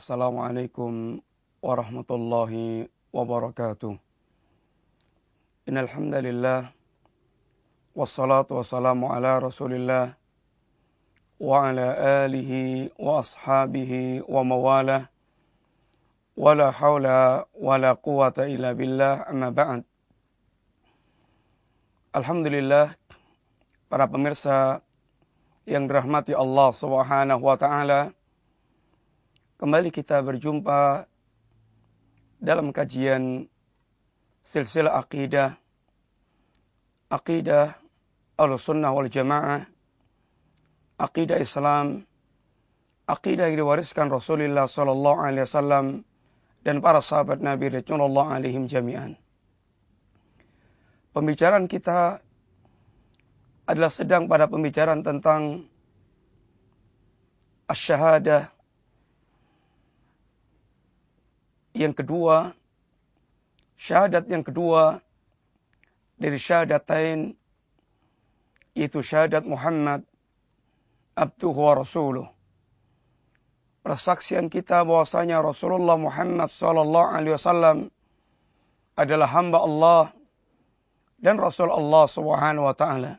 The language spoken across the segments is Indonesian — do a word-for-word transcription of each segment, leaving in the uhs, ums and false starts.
Assalamualaikum warahmatullahi wabarakatuh. Innal hamdalillah wassalatu wassalamu ala Rasulillah wa ala alihi wa ashabihi wa mawalah. Wala haula wala quwata illa billah, amma ba'd. Alhamdulillah, para pemirsa yang dirahmati Allah Subhanahu wa taala, kembali kita berjumpa dalam kajian silsilah akidah, akidah Ahlussunnah wal Jamaah, akidah Islam, akidah yang diwariskan Rasulullah sallallahu alaihi wasallam dan para sahabat Nabi radhiyallahu alaihim jami'an. Pembicaraan kita adalah sedang pada pembicaraan tentang asy-syahadah. Yang kedua, syahadat yang kedua dari syahadatain, yaitu syahadat Muhammad abduhu wa rasuluh. Persaksian kita bahwasanya Rasulullah Muhammad sallallahu alaihi wasallam adalah hamba Allah dan Rasul Allah Subhanahu wa taala.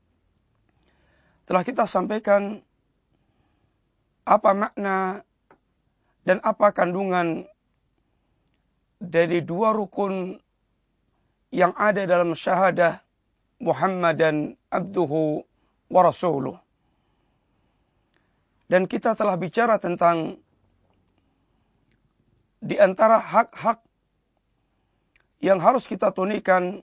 Telah kita sampaikan apa makna dan apa kandungan dari dua rukun yang ada dalam syahadah Muhammadan abduhu wa rasuluh. Dan kita telah bicara tentang di antara hak-hak yang harus kita tunaikan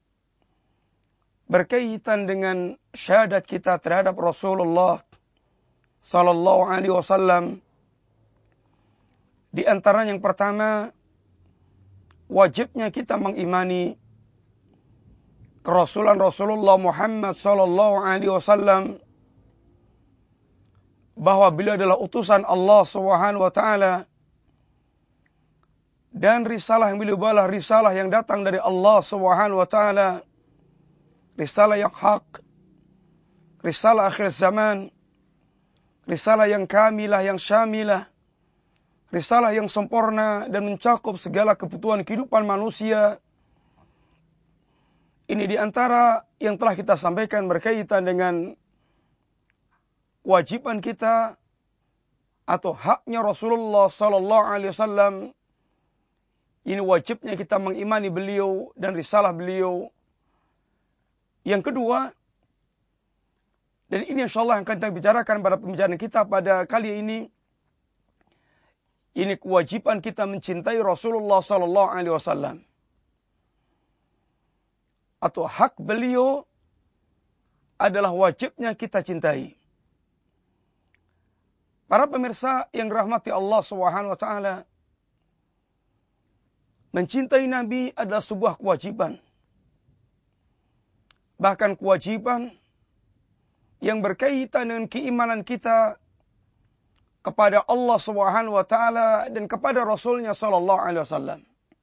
berkaitan dengan syahadat kita terhadap Rasulullah sallallahu alaihi wasallam. Di antara yang pertama, wajibnya kita mengimani kerasulan Rasulullah Muhammad sallallahu alaihi wasallam, bahwa beliau adalah utusan Allah Subhanahu wa taala dan risalah yang beliau bawa risalah yang datang dari Allah Subhanahu wa taala, risalah yang hak, risalah akhir zaman, risalah yang kamilah, yang syamilah, risalah yang sempurna dan mencakup segala kebutuhan kehidupan manusia. Ini di antara yang telah kita sampaikan berkaitan dengan kewajiban kita atau haknya Rasulullah sallallahu alaihi wasallam. Ini wajibnya kita mengimani beliau dan risalah beliau. Yang kedua, dan ini insyaallah yang akan kita bicarakan pada pembicaraan kita pada kali ini, ini kewajiban kita mencintai Rasulullah sallallahu alaihi wasallam. Atau hak beliau adalah wajibnya kita cintai. Para pemirsa yang dirahmati Allah Subhanahu wa taala, mencintai Nabi adalah sebuah kewajiban. Bahkan kewajiban yang berkaitan dengan keimanan kita kepada Allah Subhanahu wa taala dan kepada Rasulnya sallallahu alaihi wasallam.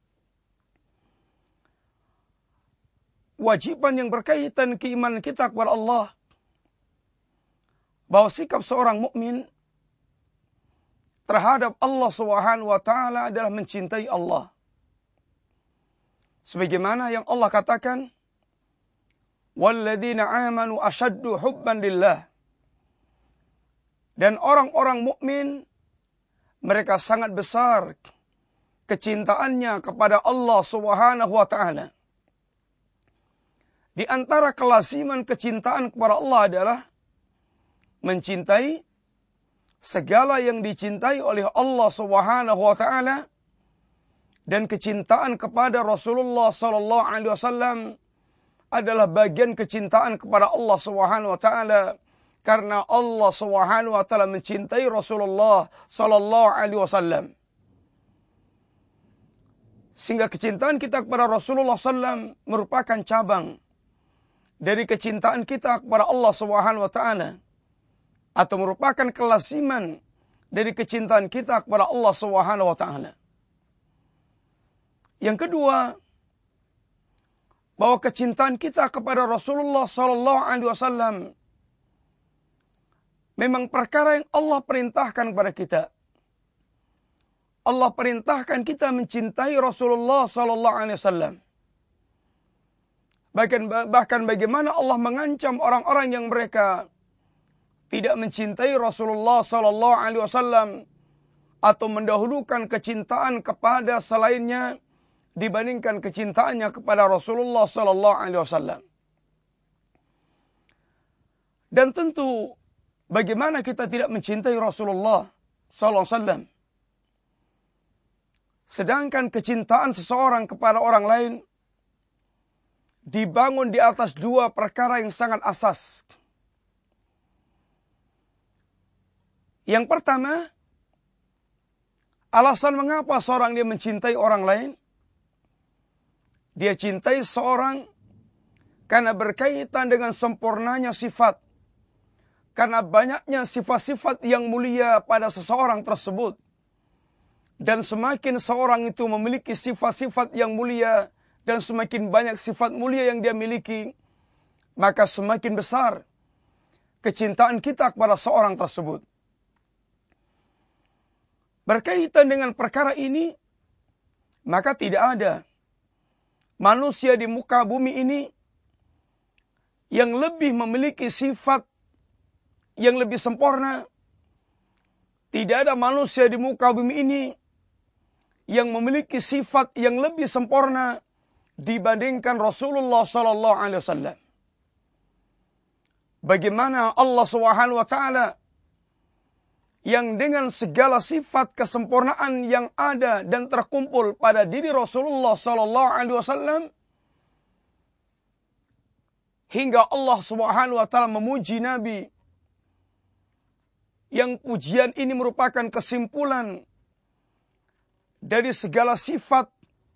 Kewajiban yang berkaitan keimanan kita kepada Allah, bahwa sikap seorang mukmin terhadap Allah Subhanahu wa taala adalah mencintai Allah. Sebagaimana yang Allah katakan, walladzina amanu ashaddu hubban lillah. Dan orang-orang mukmin mereka sangat besar kecintaannya kepada Allah Subhanahu wa taala. Di antara kelasiman kecintaan kepada Allah adalah mencintai segala yang dicintai oleh Allah Subhanahu wa taala, dan kecintaan kepada Rasulullah sallallahu alaihi wasallam adalah bagian kecintaan kepada Allah Subhanahu wa taala, karena Allah Subhanahu wa taala mencintai Rasulullah sallallahu alaihi wasallam. Sehingga kecintaan kita kepada Rasulullah sallallahu alaihi wasallam merupakan cabang dari kecintaan kita kepada Allah Subhanahu wa taala, atau merupakan kelasiman dari kecintaan kita kepada Allah Subhanahu wa taala. Yang kedua, bahwa kecintaan kita kepada Rasulullah sallallahu alaihi wasallam memang perkara yang Allah perintahkan kepada kita. Allah perintahkan kita mencintai Rasulullah sallallahu alaihi wasallam. Bahkan, bahkan bagaimana Allah mengancam orang-orang yang mereka tidak mencintai Rasulullah sallallahu alaihi wasallam atau mendahulukan kecintaan kepada selainnya dibandingkan kecintaannya kepada Rasulullah sallallahu alaihi wasallam. Dan tentu bagaimana kita tidak mencintai Rasulullah sallallahu alaihi wasallam sedangkan kecintaan seseorang kepada orang lain dibangun di atas dua perkara yang sangat asas. Yang pertama, alasan mengapa seorang dia mencintai orang lain. Dia cintai seorang karena berkaitan dengan sempurnanya sifat. Karena banyaknya sifat-sifat yang mulia pada seseorang tersebut. Dan semakin seorang itu memiliki sifat-sifat yang mulia dan semakin banyak sifat mulia yang dia miliki, maka semakin besar kecintaan kita kepada seorang tersebut. Berkaitan dengan perkara ini, maka tidak ada manusia di muka bumi ini yang lebih memiliki sifat yang lebih sempurna. Tidak ada manusia di muka bumi ini yang memiliki sifat yang lebih sempurna dibandingkan Rasulullah sallallahu alaihi wasallam. Bagaimana Allah Subhanahu wa taala yang dengan segala sifat kesempurnaan yang ada dan terkumpul pada diri Rasulullah sallallahu alaihi wasallam hingga Allah Subhanahu wa taala memuji Nabi yang pujian ini merupakan kesimpulan dari segala sifat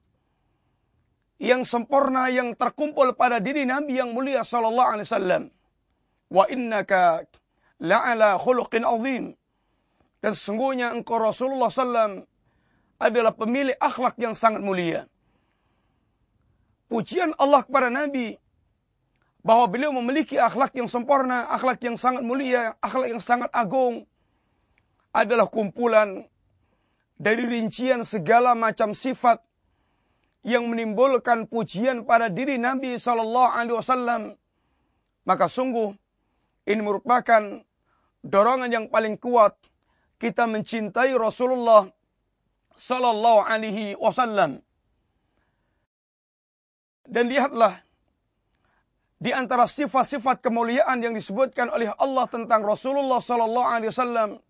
yang sempurna yang terkumpul pada diri Nabi yang mulia sallallahu alaihi wasallam. Wa innaka la'ala khuluqin azim. Dan sesungguhnya engkau Rasulullah sallallahu alaihi wasallam adalah pemilik akhlak yang sangat mulia. Pujian Allah kepada Nabi bahwa beliau memiliki akhlak yang sempurna, akhlak yang sangat mulia, akhlak yang sangat agung adalah kumpulan dari rincian segala macam sifat yang menimbulkan pujian pada diri Nabi sallallahu alaihi wasallam. Maka sungguh ini merupakan dorongan yang paling kuat kita mencintai Rasulullah sallallahu alaihi wasallam. Dan lihatlah di antara sifat-sifat kemuliaan yang disebutkan oleh Allah tentang Rasulullah sallallahu alaihi wasallam,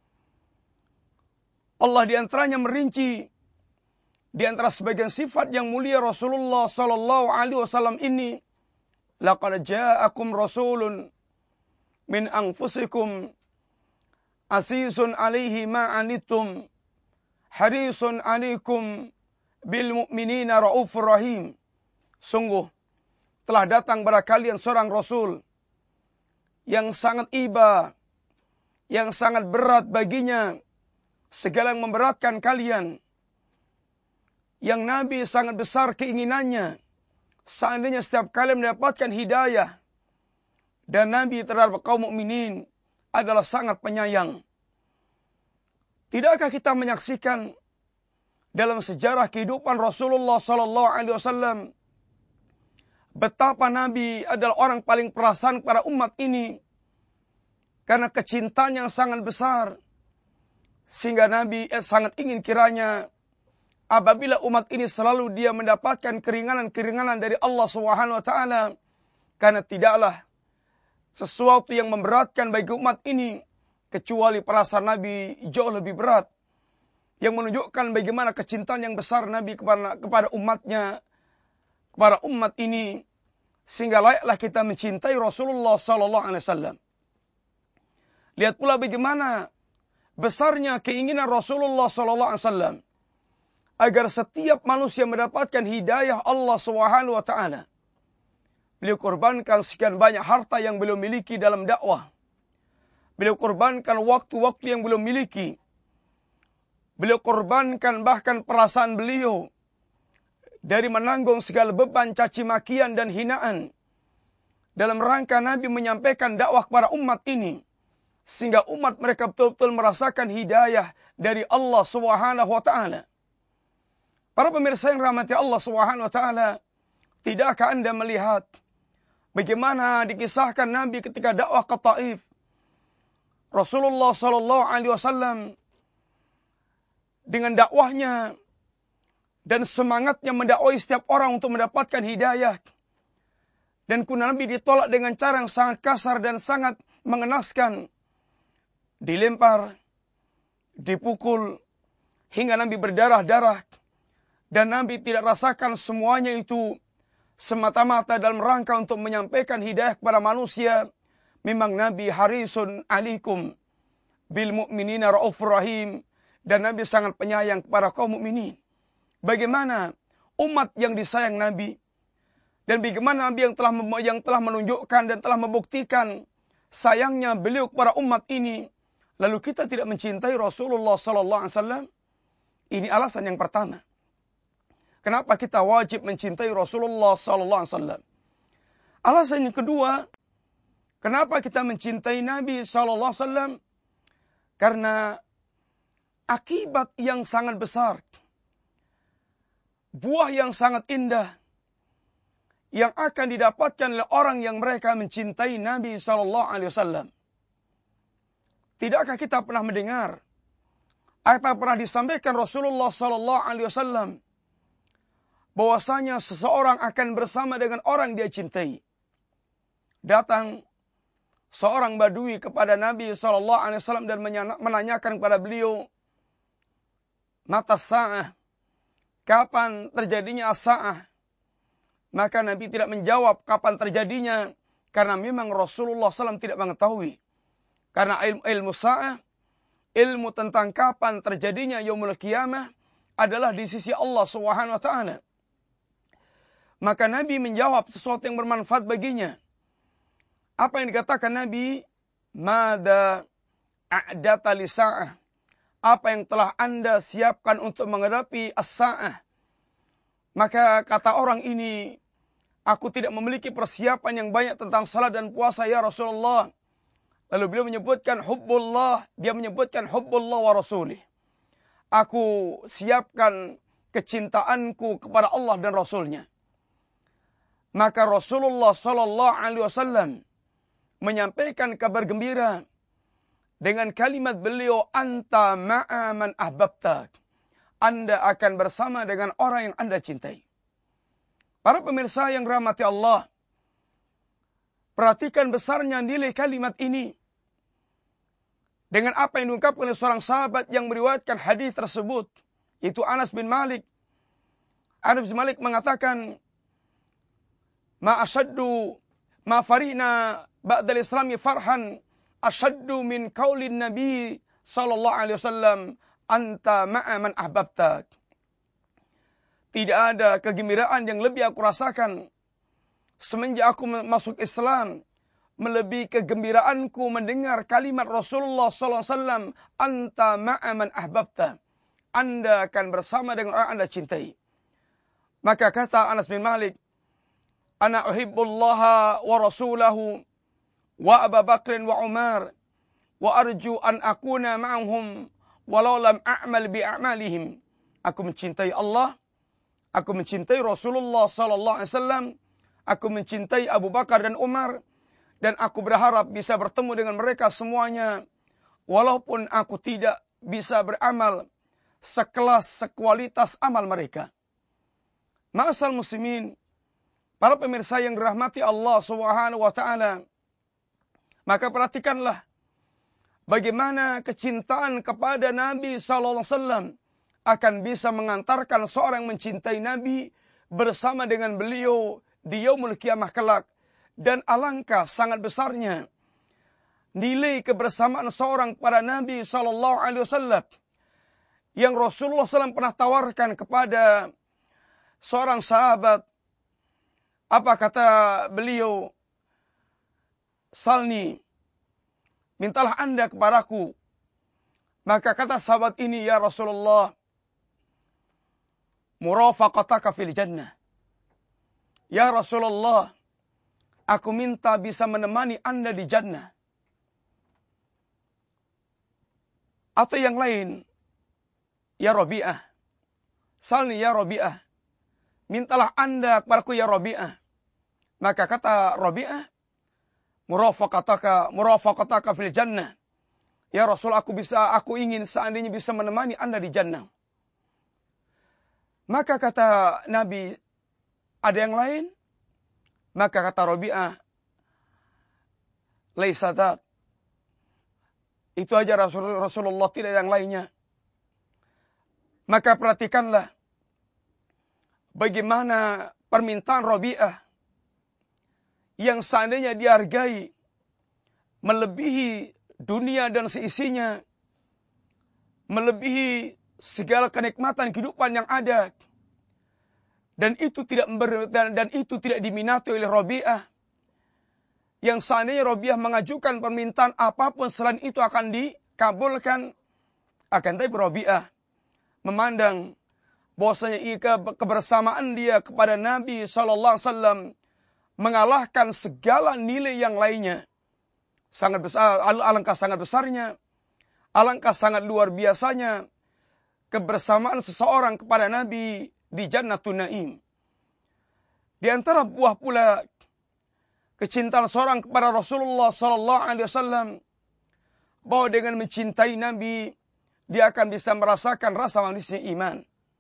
Allah di antaranya merinci di antara sebagian sifat yang mulia Rasulullah sallallahu alaihi wasallam ini, laqad ja'akum rasulun min anfusikum asisun alaihi ma anittum harisun alaikum bil mu'minina raufur rahim. Sungguh telah datang kepada kalian seorang rasul yang sangat iba, yang sangat berat baginya segala yang memberatkan kalian. Yang Nabi sangat besar keinginannya seandainya setiap kali mendapatkan hidayah, dan Nabi terhadap kaum mukminin adalah sangat penyayang. Tidakkah kita menyaksikan dalam sejarah kehidupan Rasulullah sallallahu alaihi wasallam betapa Nabi adalah orang paling perasaan kepada umat ini karena kecintaan yang sangat besar, sehingga Nabi eh, sangat ingin kiranya apabila umat ini selalu dia mendapatkan keringanan-keringanan dari Allah Subhanahu wa taala, karena tidaklah sesuatu yang memberatkan bagi umat ini kecuali perasaan Nabi jauh lebih berat, yang menunjukkan bagaimana kecintaan yang besar Nabi kepada kepada umatnya, kepada umat ini, sehingga layaklah kita mencintai Rasulullah sallallahu alaihi wasallam. Lihat pula bagaimana besarnya keinginan Rasulullah sallallahu alaihi wasallam agar setiap manusia mendapatkan hidayah Allah Subhanahu wa taala. Beliau korbankan sekian banyak harta yang beliau miliki dalam dakwah. Beliau korbankan waktu-waktu yang beliau miliki. Beliau korbankan bahkan perasaan beliau dari menanggung segala beban caci makian dan hinaan dalam rangka Nabi menyampaikan dakwah kepada umat ini, sehingga umat mereka betul-betul merasakan hidayah dari Allah Subhanahu wa taala. Para pemirsa yang rahmati Allah Subhanahu wa taala, tidakkah Anda melihat bagaimana dikisahkan Nabi ketika dakwah ke Taif? Rasulullah sallallahu alaihi wasallam dengan dakwahnya dan semangatnya mendakwai setiap orang untuk mendapatkan hidayah. Dan kuna Nabi ditolak dengan cara yang sangat kasar dan sangat mengenaskan. Dilempar, dipukul, hingga Nabi berdarah-darah. Dan Nabi tidak rasakan semuanya itu semata-mata dalam rangka untuk menyampaikan hidayah kepada manusia. Memang Nabi harisun alikum bil mu'minina raufur rahim. Dan Nabi sangat penyayang kepada kaum mukminin. Bagaimana umat yang disayang Nabi, dan bagaimana Nabi yang telah yang telah menunjukkan dan telah membuktikan sayangnya beliau kepada umat ini, lalu kita tidak mencintai Rasulullah sallallahu alaihi wasallam? Ini alasan yang pertama. Kenapa kita wajib mencintai Rasulullah sallallahu alaihi wasallam? Alasan yang kedua, kenapa kita mencintai Nabi sallallahu alaihi wasallam? Karena akibat yang sangat besar, buah yang sangat indah yang akan didapatkan oleh orang yang mereka mencintai Nabi sallallahu alaihi wasallam. Tidakkah kita pernah mendengar apa yang pernah disampaikan Rasulullah sallallahu alaihi wasallam bahwasanya seseorang akan bersama dengan orang dia cintai? Datang seorang badui kepada Nabi sallallahu alaihi wasallam dan menanyakan kepada beliau, "Mata sa'ah?" Kapan terjadinya as-sa'ah? Maka Nabi tidak menjawab kapan terjadinya, karena memang Rasulullah sallallahu alaihi wasallam tidak mengetahui. Karena ilmu, ilmu sa'ah, ilmu tentang kapan terjadinya yaumul qiyamah adalah di sisi Allah Subhanahu wa taala. Maka Nabi menjawab sesuatu yang bermanfaat baginya. Apa yang dikatakan Nabi? Mada a'data li sa'ah? Apa yang telah Anda siapkan untuk menghadapi as-sa'ah? Maka kata orang ini, aku tidak memiliki persiapan yang banyak tentang salat dan puasa ya Rasulullah. Lalu beliau menyebutkan hubbullah, dia menyebutkan hubbullah wa rasulih. Aku siapkan kecintaanku kepada Allah dan Rasulnya. Maka Rasulullah sallallahu alaihi wasallam menyampaikan kabar gembira dengan kalimat beliau, anta ma'a man ahbabta. Anda akan bersama dengan orang yang Anda cintai. Para pemirsa yang rahmati Allah, perhatikan besarnya nilai kalimat ini. Dengan apa yang diungkapkan oleh seorang sahabat yang meriwayatkan hadis tersebut, yaitu Anas bin Malik. Anas bin Malik mengatakan, ma asyaddu ma farina ba'dal islami farhan asyaddu min qaulin Nabi sallallahu alaihi wasallam anta ma'a man ahbabta. Tidak ada kegembiraan yang lebih aku rasakan semenjak aku masuk Islam melebihi kegembiraanku mendengar kalimat Rasulullah sallallahu alaihi wasallam anta ma'a man ahbabta. Anda akan bersama dengan orang Anda cintai. Maka kata Anas bin Malik, ana uhibbullaha wa rasulahu wa Abu Bakr wa Umar wa arju an akuna ma'ahum walau lam a'mal bi a'malihim. Aku mencintai Allah, aku mencintai Rasulullah sallallahu alaihi wasallam, aku mencintai Abu Bakar dan Umar, dan aku berharap bisa bertemu dengan mereka semuanya walaupun aku tidak bisa beramal sekelas sekualitas amal mereka. Ma'asal muslimin, para pemirsa yang dirahmati Allah Subhanahu wa taala, maka perhatikanlah bagaimana kecintaan kepada Nabi sallallahu alaihi wasallam akan bisa mengantarkan seorang yang mencintai Nabi bersama dengan beliau di yaumul qiyamah kelak. Dan alangkah sangat besarnya nilai kebersamaan seorang kepada Nabi sallallahu alaihi wasallam yang Rasulullah sallallahu alaihi wasallam pernah tawarkan kepada seorang sahabat. Apa kata beliau? Salni, mintalah Anda kepadaku. Maka kata sahabat ini, ya Rasulullah, murafaqataka fil jannah. Ya Rasulullah, aku minta bisa menemani Anda di jannah. Atau yang lain, ya Rabi'ah, salni ya Rabi'ah, mintalah anda kepadaku ya Rabi'ah. Maka kata Rabi'ah, murafaqataka murafaqataka fil jannah. Ya Rasul, aku bisa aku ingin seandainya bisa menemani anda di jannah. Maka kata Nabi, ada yang lain? Maka kata Rabi'ah, laisa dzak. Itu aja Rasul, Rasulullah, tidak yang lainnya. Maka perhatikanlah bagaimana permintaan Rabi'ah yang seandainya dihargai melebihi dunia dan seisinya, melebihi segala kenikmatan kehidupan yang ada, dan itu tidak ber, dan, dan itu tidak diminati oleh Rabi'ah. Yang seandainya Rabi'ah mengajukan permintaan apapun selain itu akan dikabulkan. Akan tapi Rabi'ah memandang bahwasanya kebersamaan dia kepada Nabi sallallahu alaihi wasallam mengalahkan segala nilai yang lainnya. Sangat besar, alangkah sangat besarnya, alangkah sangat luar biasanya kebersamaan seseorang kepada Nabi di Jannatun Naim. Di antara buah pula kecintaan seorang kepada Rasulullah sallallahu alaihi wasallam, bahwa dengan mencintai Nabi dia akan bisa merasakan rasa manisnya iman.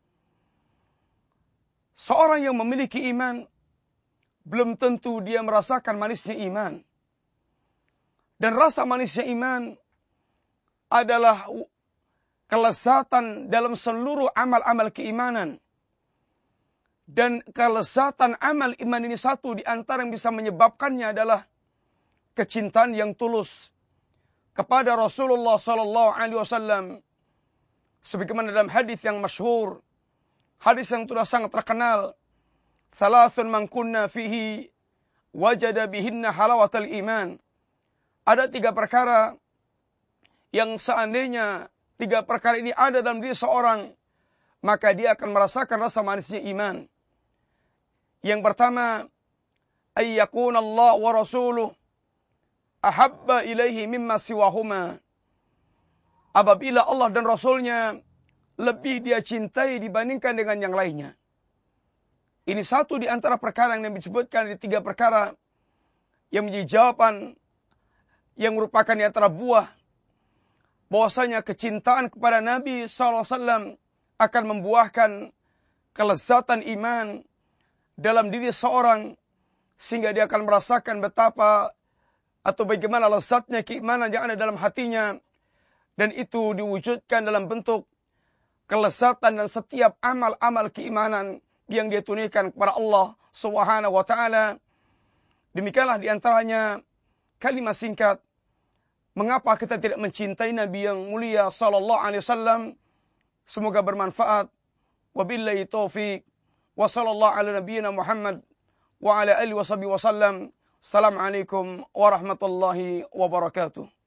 Seorang yang memiliki iman belum tentu dia merasakan manisnya iman. Dan rasa manisnya iman adalah kelezatan dalam seluruh amal-amal keimanan. Dan kelezatan amal iman ini satu di antara yang bisa menyebabkannya adalah kecintaan yang tulus kepada Rasulullah sallallahu alaihi wasallam. Sebagaimana dalam hadis yang masyhur, hadis yang sudah sangat terkenal, "Thalathun man kunna fihi wajada bihinna halawatal iman." Ada tiga perkara yang seandainya tiga perkara ini ada dalam diri seorang, maka dia akan merasakan rasa manisnya iman. Yang pertama, ayyakuna Allah wa rasuluh ahabba ilaihi mimma siwahuma. Apabila Allah dan Rasulnya lebih dia cintai dibandingkan dengan yang lainnya. Ini satu di antara perkara yang disebutkan di tiga perkara yang menjadi jawaban yang merupakan di antara buah bahwasanya kecintaan kepada Nabi sallallahu alaihi wasallam akan membuahkan kelezatan iman dalam diri seorang, sehingga dia akan merasakan betapa atau bagaimana lezatnya keimanan yang ada dalam hatinya, dan itu diwujudkan dalam bentuk kelezatan dan setiap amal-amal keimanan yang dia tunaikan kepada Allah Subhanahu wa taala. Demikianlah di antaranya kalimat singkat mengapa kita tidak mencintai Nabi yang mulia sallallahu alaihi wasallam. Semoga bermanfaat. Wabillahi taufiq. Wa sallallahu ala nabiyyina Muhammad wa ala alihi washabihi wasallam. Assalamualaikum warahmatullahi wabarakatuh.